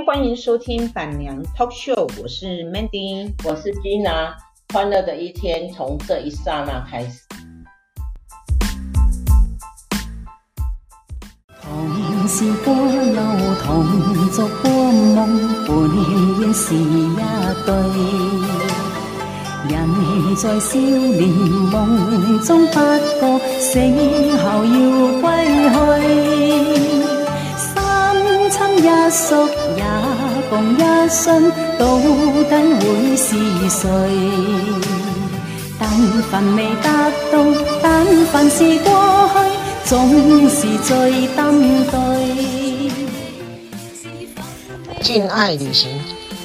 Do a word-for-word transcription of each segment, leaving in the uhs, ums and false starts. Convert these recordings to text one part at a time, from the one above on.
欢迎收听板娘 Talk Show， 我是 Mandy， 我是 Gina， 欢乐的一天从这一刹那开始。 同是過路，同逐過夢，本應是一對。人在少年夢中不覺，醒後要歸去。三親一宿也共一生，到底會是誰？但凡未達到，但凡是過去，總是最登對。 敬愛旅行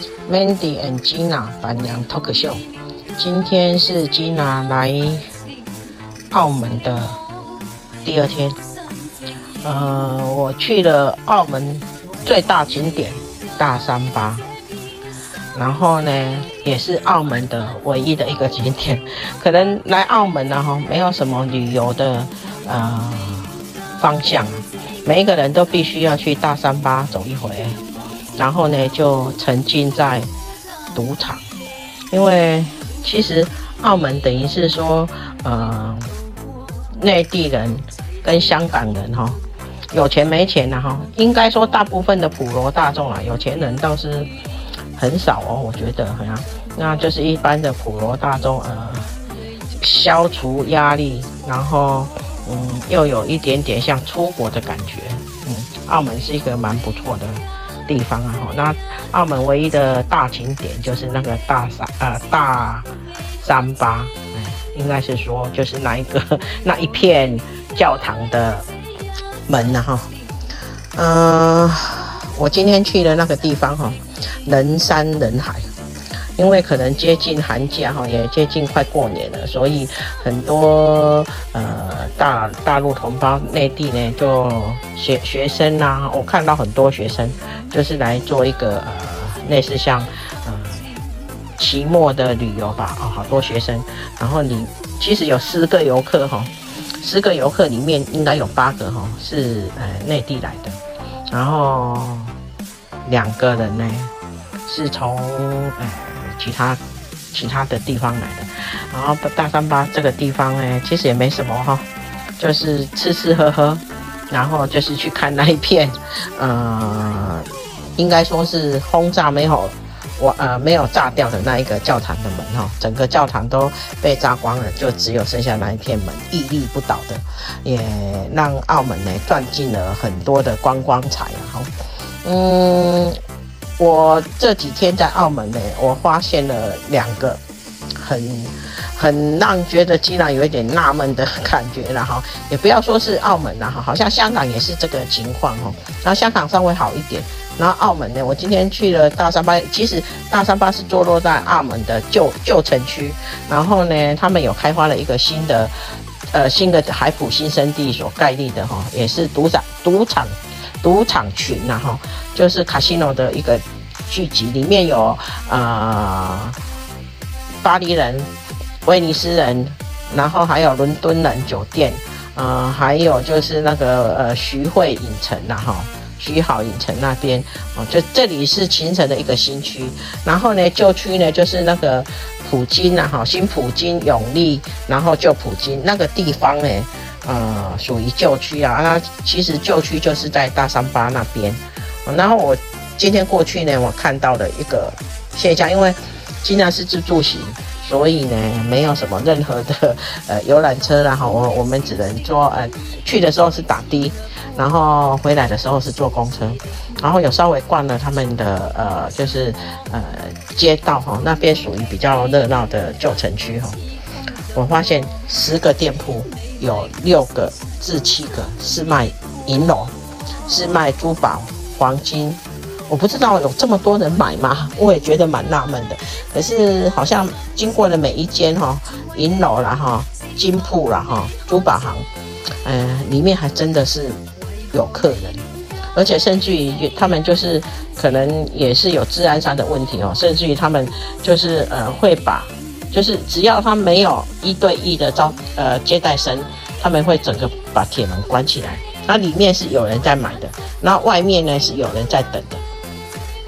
Mandy and Gina 板娘 Talk Show， 今天是 Gina 來澳門的第二天。呃，我去了澳門最大景點大三巴，然後呢，也是澳門的唯一的一個景點。可能來澳門呢，哈，沒有什麼旅遊的呃方向，每一個人都必須要去大三巴走一回，然後呢，就沉浸在賭場，因為其實澳門等於是說，呃，內地人跟香港人哈。有錢沒錢啦、啊、哈，應該說大部分的普羅大眾啦，有錢人倒是很少哦，我覺得好像，那就是一般的普羅大眾，呃，消除壓力，然後嗯，又有一點點像出國的感覺，嗯，澳門是一個蠻不錯的地方啊。那澳門唯一的大景點就是那個大三呃大三巴，哎，應該是說就是那一個那一片教堂的門啊哈，呃，我今天去的那個地方哈，人山人海，因為可能接近寒假哈，也接近快過年了，所以很多呃大大陸同胞內地呢，就學學生啊，我看到很多學生就是來做一個呃類似像呃期末的旅遊吧，哦，好多學生，然後你其實有十個遊客哈。十個遊客裡面應該有八個哈是呃內地來的，然後兩個人呢是從呃其他其他的地方來的，然後大三巴這個地方呢其實也沒什麼哈，就是吃吃喝喝，然後就是去看那一片呃應該說是轟炸沒有我呃沒有炸掉的那一個教堂的門哈，整個教堂都被炸光了，就只有剩下那一片門屹立不倒的，也讓澳門呢賺進了很多的觀光財啊。嗯，我這幾天在澳門呢，我發現了兩個很很讓覺得竟然有一點納悶的感覺了哈，也不要說是澳門啦哈，好像香港也是這個情況哈，然後香港稍微好一點。然後澳門呢，我今天去了大三巴，其實大三巴是坐落在澳門的舊舊城區，然後呢，他們有開發了一個新的，呃，新的海埔新生地所蓋立的哈，也是賭場賭場賭場群吶哈，就是 casino 的一個聚集，裡面有呃巴黎人、威尼斯人，然後還有倫敦人酒店，呃，還有就是那個呃徐匯影城吶哈。徐好影城那邊哦，就這裡是形成的一個新區，然後呢舊區呢就是那個普京啊哈，新普京永利，然後舊普京那個地方呢，呃屬於舊區啊，那其實舊區就是在大三巴那邊，然後我今天過去呢，我看到了一個現象，因為既然是自助行，所以呢沒有什麼任何的呃遊覽車啦哈，我我們只能坐呃去的時候是打的。然後回來的時候是坐公車，然後有稍微逛了他們的呃，就是呃街道哈，那邊屬於比較熱鬧的舊城區哈。我發現十個店鋪有六個至七個是賣銀樓，是賣珠寶、黃金。我不知道有這麼多人買嗎？我也覺得蠻納悶的。可是好像經過了每一間哈銀樓啦哈、金鋪啦哈、珠寶行，呃，裡面還真的是。有客人，而且甚至於他們就是可能也是有治安上的問題哦，甚至於他們就是呃會把，就是只要他沒有一對一的招呃接待生，他們會整個把鐵門關起來，那裡面是有人在買的，然後外面呢是有人在等的。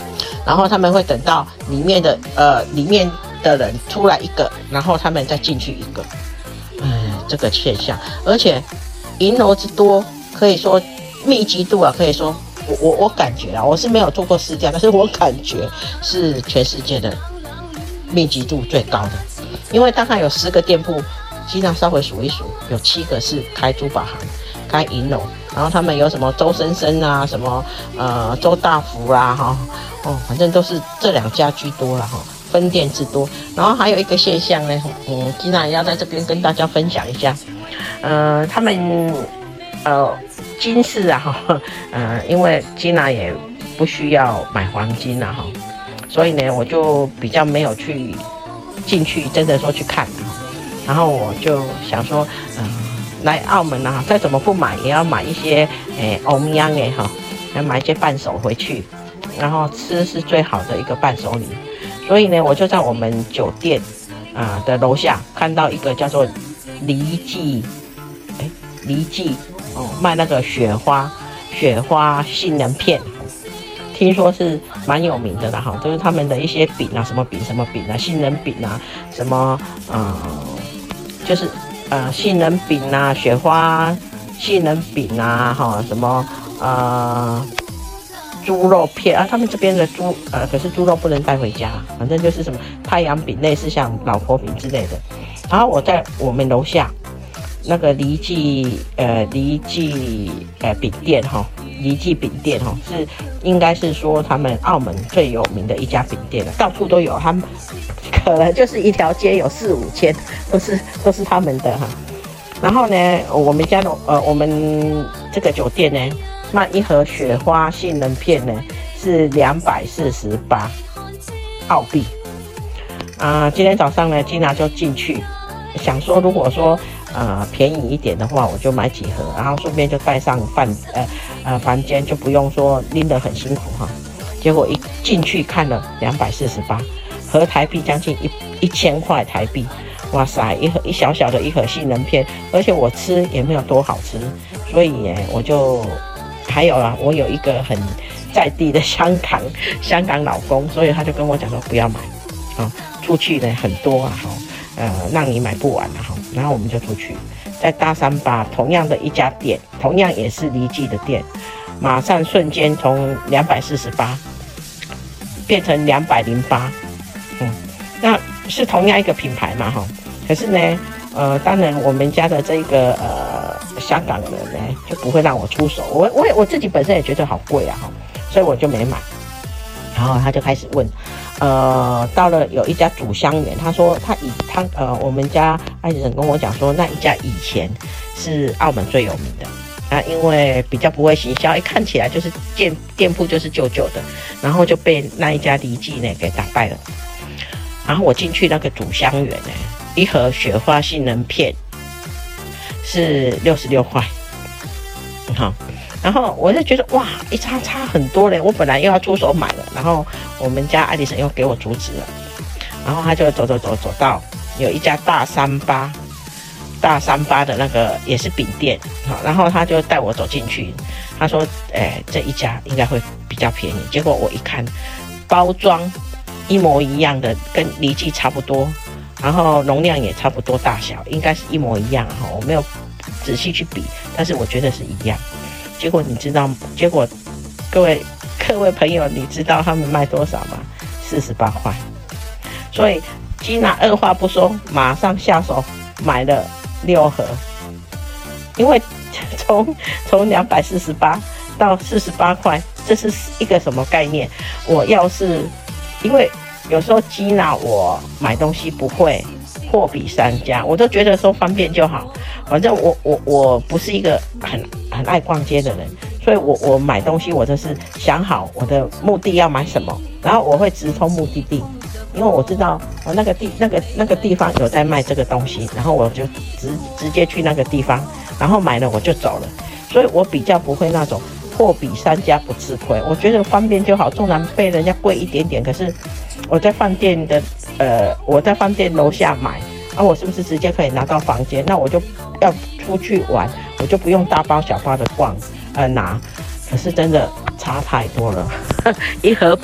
然后他们会等到里面的呃里面的人出来一个，然后他们再进去一个，嗯，这个现象，而且银楼之多，可以说密集度啊，可以说我我我感觉啊，我是没有做过试驾，但是我感觉是全世界的密集度最高的，因为大概有十个店铺，基本上稍微数一数，有七个是开珠宝行、开银楼，然后他们有什么周生生啊，什么呃周大福啦、啊，哈哦，反正都是这两家居多了哈。分店之多，然后还有一个现象呢，嗯，基娜也要在这边跟大家分享一下，呃，他们呃金饰啊哈，呃，因为基娜也不需要买黄金啊哈，所以呢，我就比较没有去进去，真的说去看啊，然后我就想说，嗯、呃，来澳门啊，再怎么不买也要买一些诶欧米样诶哈，要买一些伴手回去，然后吃是最好的一个伴手礼。所以呢，我就在我们酒店啊、呃、的楼下看到一个叫做黎记，哎，黎记哦，卖那个雪花雪花杏仁片，听说是蛮有名的啦哈，就是他们的一些饼啊，什么饼什么饼啊，杏仁饼啊，什么呃，就是呃杏仁饼啊，雪花杏仁饼啊，哈，什么呃。猪肉片啊，他们这边的猪呃，可是猪肉不能带回家，反正就是什么太阳饼，类似像老婆饼之类的。然后我在我们楼下那个黎记呃黎记呃饼店哈，黎记饼店哈是应该是说他们澳门最有名的一家饼店了，到处都有，他们可能就是一条街有四五间，都是都是他们的哈。然后呢，我们家的呃我们这个酒店呢。卖一盒雪花杏仁片呢是两百四十八澳币啊、呃。今天早上呢，金娜就进去，想说如果说呃便宜一点的话，我就买几盒，然后顺便就带上饭呃呃房间，就不用说拎得很辛苦哈。结果一进去看了两百四十八，合台币将近一一千块台币，哇塞，一盒一小小的一盒杏仁片，而且我吃也没有多好吃，所以呢我就。还有啊，我有一个很在地的香港香港老公，所以他就跟我讲说不要买，啊、哦，出去呢很多啊，哈，呃，让你买不完啊，哈，然后我们就出去，在大三巴同样的一家店，同样也是黎记的店，马上瞬间从两百四十八变成两百零八，嗯，那是同样一个品牌嘛，哈，可是呢，呃，当然我们家的这个呃。香港人呢就不会让我出手，我我我自己本身也觉得好贵啊哈，所以我就没买。然后他就开始问，呃，到了有一家煮香园，他说他以他呃我们家爱人跟我讲说，那一家以前是澳门最有名的啊，因为比较不会行销，一看起来就是店店铺就是旧旧的，然后就被那一家黎记呢给打败了。然后我进去那个煮香园呢，一盒雪花杏仁片。是六十六块，好，然后我就觉得哇，一差差很多嘞。我本来又要出手买了，然后我们家爱迪生又给我阻止了，然后他就走走走走到有一家大三巴，大三巴的那个也是饼店，好，然后他就带我走进去，他说，哎，这一家应该会比较便宜。结果我一看，包装一模一样的，跟黎记差不多。然后容量也差不多大小，应该是一模一样哈，我没有仔细去比，但是我觉得是一样。结果你知道，结果各位各位朋友，你知道他们卖多少吗？四十八块。所以基娜二话不说，马上下手买了六盒，因为从从两百四十八到四十八块，这是一个什么概念？我要是因为。有时候基娜我买东西不会货比三家，我都觉得说方便就好。反正我我我不是一个很很爱逛街的人，所以我我买东西我就是想好我的目的要买什么，然后我会直通目的地，因为我知道我那个地那个那个地方有在卖这个东西，然后我就直直接去那个地方，然后买了我就走了，所以我比较不会那种货比三家不吃亏，我觉得方便就好，纵然被人家贵一点点，可是。我在饭店的，呃，我在饭店楼下买，啊，我是不是直接可以拿到房间？那我就要出去玩，我就不用大包小包的逛，呃，拿。可是真的差太多了，一盒饼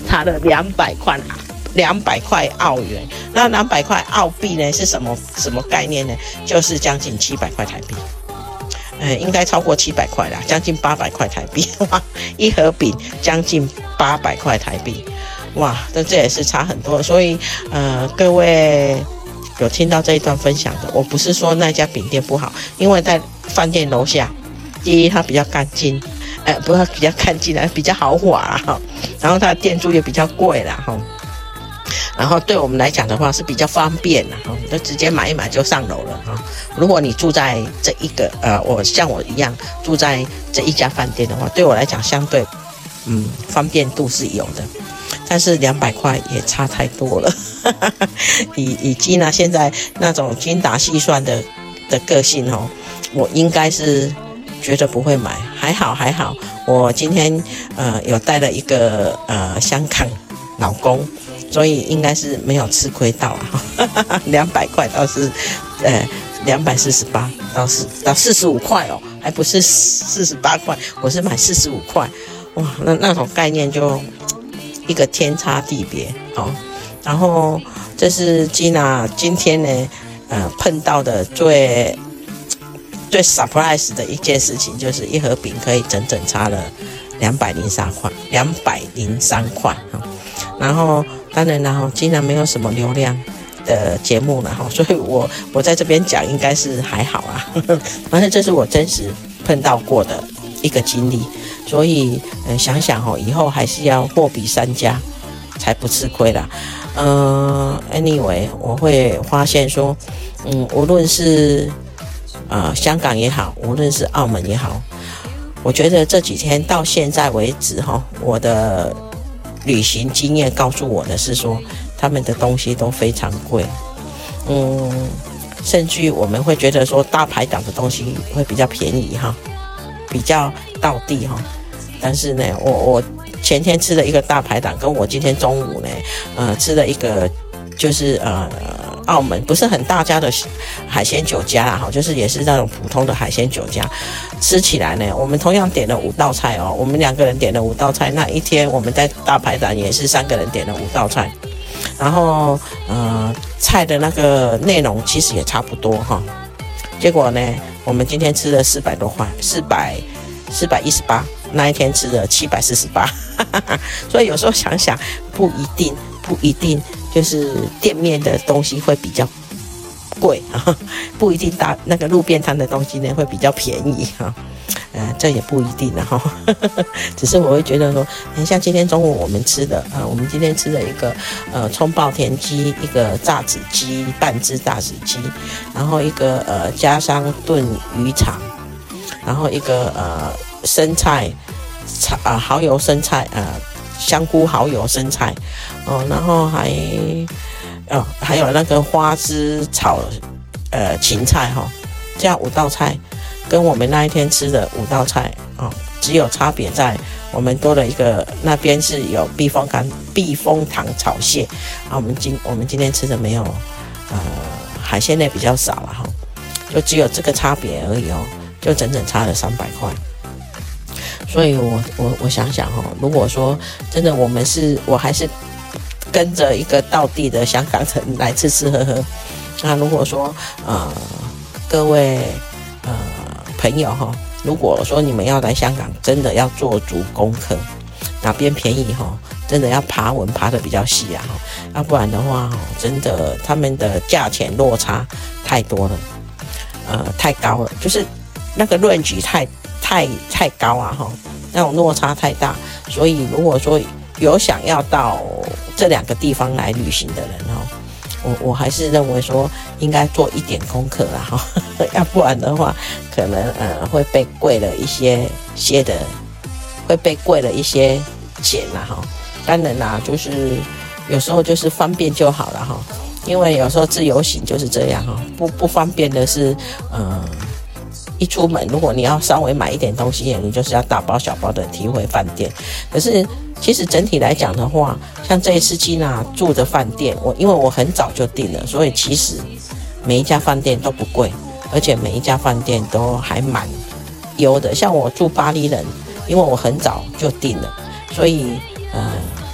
差了两百块，两百块澳元。那两百块澳币呢是什么什么概念呢？就是将近七百块台币。呃，应该超过七百块啦，将近八百块台币，哇！一盒饼将近八百块台币，哇！那这也是差很多，所以呃，各位有听到这一段分享的，我不是说那家饼店不好，因为在饭店楼下，第一它比较干净，呃，不是比较干净啦，比较豪华啦哈，然后它的店租也比较贵啦哈。然后对我们来讲的话是比较方便的哈，就直接买一买就上楼了哈。如果你住在这一个呃，我像我一样住在这一家饭店的话，对我来讲相对嗯方便度是有的，但是两百块也差太多了。以以基娜现在那种精打细算的的个性哦，我应该是绝对不会买。还好还好，我今天呃有带了一个呃香港老公。所以应该是没有吃亏到啊，两百块倒是，呃，两百四十八到四到四十五块哦，还不是四十八块，我是买四十五块，哇，那那种概念就一个天差地别哦。然后这是基娜今天呢，呃，碰到的最最 surprise 的一件事情，就是一盒饼可以整整差了两百零三块，两百零三块哈。然后当然然后基娜没有什么流量的节目了哈，所以我我在这边讲应该是还好啊，反正这是我真实碰到过的一个经历，所以呃想想哦，以后还是要货比三家才不吃亏啦。呃 anyway 我会发现说，嗯，无论是呃香港也好，无论是澳门也好，我觉得这几天到现在为止哈，我的旅行经验告诉我的是说，他们的东西都非常贵，嗯，甚至于我们会觉得说大排档的东西会比较便宜哈，比较道地哈。但是呢，我我前天吃了一个大排档，跟我今天中午呢，呃，吃了一个就是呃澳门不是很大家的海鲜酒家啦哈，就是也是那种普通的海鲜酒家。吃起来呢，我们同样点了五道菜哦，我们两个人点了五道菜。那一天我们在大排档也是三个人点了五道菜，然后呃菜的那个内容其实也差不多哈。结果呢，我们今天吃了四百多块，四百四百一十八，那一天吃了七百四十八。所以有时候想想，不一定不一定就是店面的东西会比较贵啊，不一定大那个路边摊的东西呢会比较便宜哈，呃，这也不一定的哈，只是我会觉得说，像今天中午我们吃的啊、呃，我们今天吃了一个呃葱爆田鸡，一个炸子鸡，半只炸子鸡，然后一个呃家乡炖鱼肠，然后一个呃生菜炒啊、呃、蚝油生菜啊、呃、香菇蚝油生菜哦，然后还。哦，还有那个花枝炒呃芹菜哈、哦，这样五道菜，跟我们那一天吃的五道菜哦，只有差别在我们多了一个，那边是有避风塘避风塘炒蟹，啊，我们今我们今天吃的没有，呃，海鲜类比较少了哈，就只有这个差别而已哦，就整整差了三百块。所以我我我想想哦，如果说真的我们是我还是。跟着一个道地的香港人来吃吃喝喝，那如果说呃各位呃朋友哈，如果说你们要来香港，真的要做足功课，哪边便宜哈，真的要爬文爬得比较细啊，要不然的话真的他们的价钱落差太多了，呃太高了，就是那个range太太太高啊哈，那种落差太大，所以如果说有想要到这两个地方来旅行的人哦，我我还是认为说应该做一点功课啦哈，要不然的话可能呃会被贵了一些些的，会被贵了一些钱啦哈。当然啦，就是有时候就是方便就好了哈，因为有时候自由行就是这样哈，不不方便的是呃。一出门，如果你要稍微买一点东西，你就是要大包小包的提回饭店。可是其实整体来讲的话，像这一次基娜住的饭店，我因为我很早就订了，所以其实每一家饭店都不贵，而且每一家饭店都还蛮优的。像我住巴黎人，因为我很早就订了，所以呃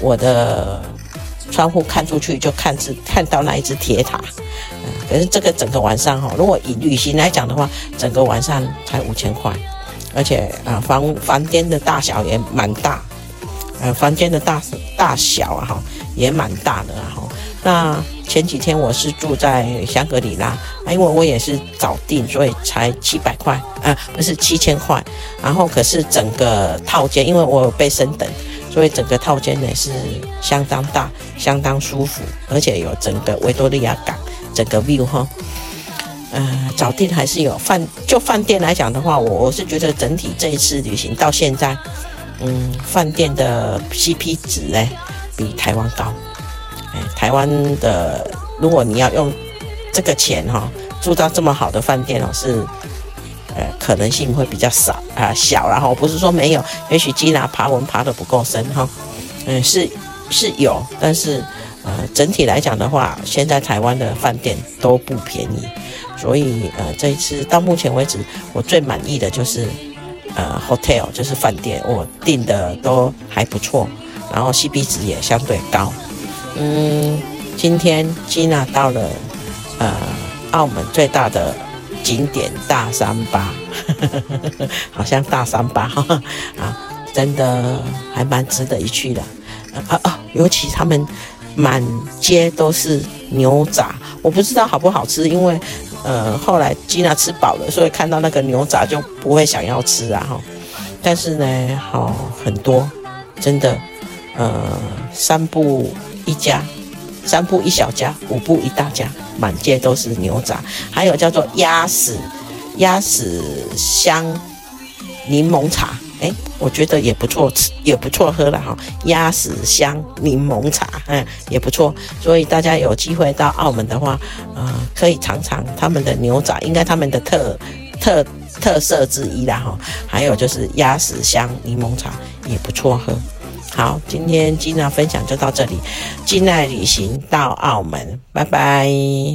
我的窗户看出去就看只看到那一只铁塔。嗯，可是这个整个晚上哈，如果以旅行来讲的话，整个晚上才五千块，而且啊房房间的大小也蛮大，呃房间的大大小啊哈也蛮大的哈。那前几天我是住在香格里拉，啊，因为我也是早订，所以才七百块，啊，不是七千块。然后可是整个套间，因为我有被升等，所以整个套间呢是相当大、相当舒服，而且有整个维多利亚港整个 view 哈。呃，早订还是有饭，就饭店来讲的话，我我是觉得整体这一次旅行到现在，嗯，饭店的 C P 值呢比台湾高。台湾的，如果你要用这个钱哈、哦、住到这么好的饭店哦，是呃可能性会比较少啊、呃、小，然后不是说没有，也许基拿爬文爬得不够深哈、哦，嗯是是有，但是呃整体来讲的话，现在台湾的饭店都不便宜，所以呃这一次到目前为止，我最满意的就是呃 hotel 就是饭店，我订的都还不错，然后 C P 值也相对高。嗯，今天基娜到了呃澳门最大的景点大三巴，好像大三巴哈啊，真的还蛮值得一去的啊啊！尤其他们满街都是牛杂，我不知道好不好吃，因为呃后来基娜吃饱了，所以看到那个牛杂就不会想要吃啊哈。但是呢，好、哦、很多，真的呃三步一家，三步一小家，五步一大家，满街都是牛杂，还有叫做鸭屎鸭屎香柠檬茶，哎，我觉得也不错吃，也不错喝了哈。鸭屎香柠檬茶，嗯，也不错。所以大家有机会到澳门的话，呃，可以尝尝他们的牛杂，应该他们的特特特色之一啦哈。还有就是鸭屎香柠檬茶也不错喝。好，今天基娜分享就到这里，金爱旅行到澳门，拜拜。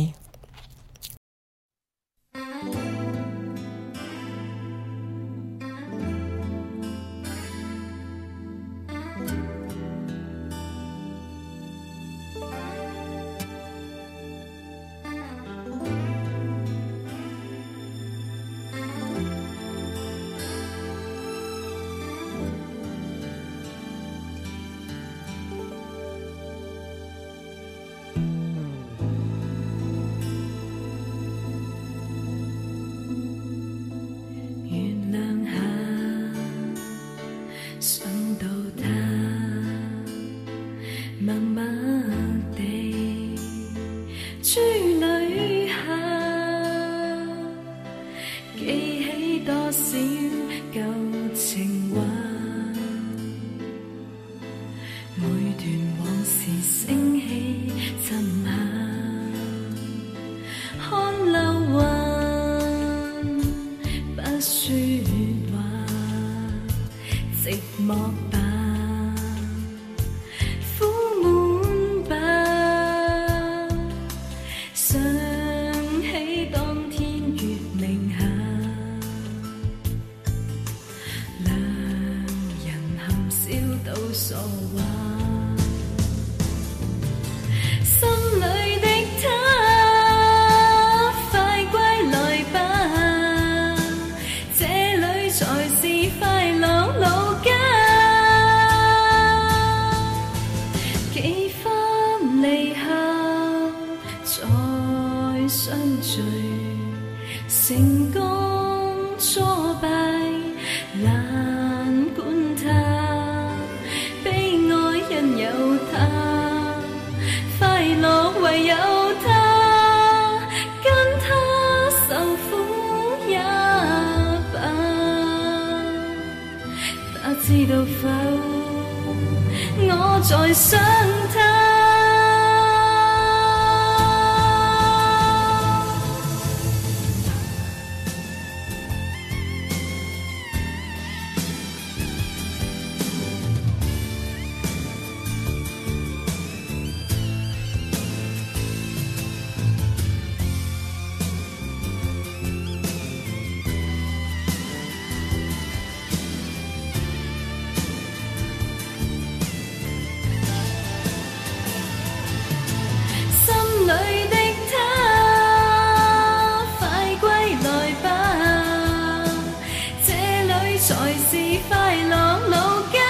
成功挫敗難管他，悲哀因有他，快樂唯有他，跟他受苦也罷。他知道否？我在想他。 是快樂老家。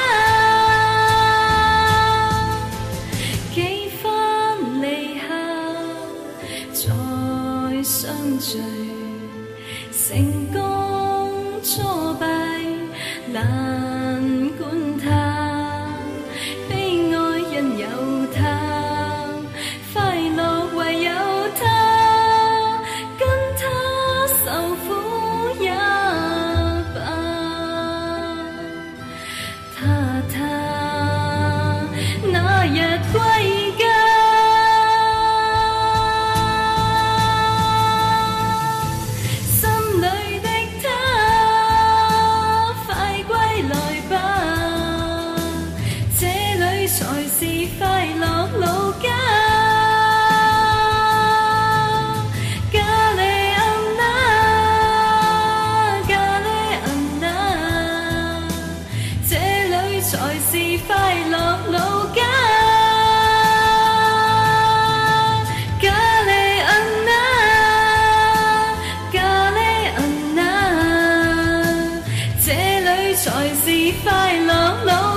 幾番離合再相聚，成功挫敗難管它，悲哀因有他，快樂唯有他，跟他受苦也罷。他他那日歸家，心裏的他快歸來吧，這裏才是快樂老家。咖喱暗那，咖喱暗那，這裏才是快樂老家。咖喱暗那，咖喱暗那，這裏才是快樂老家。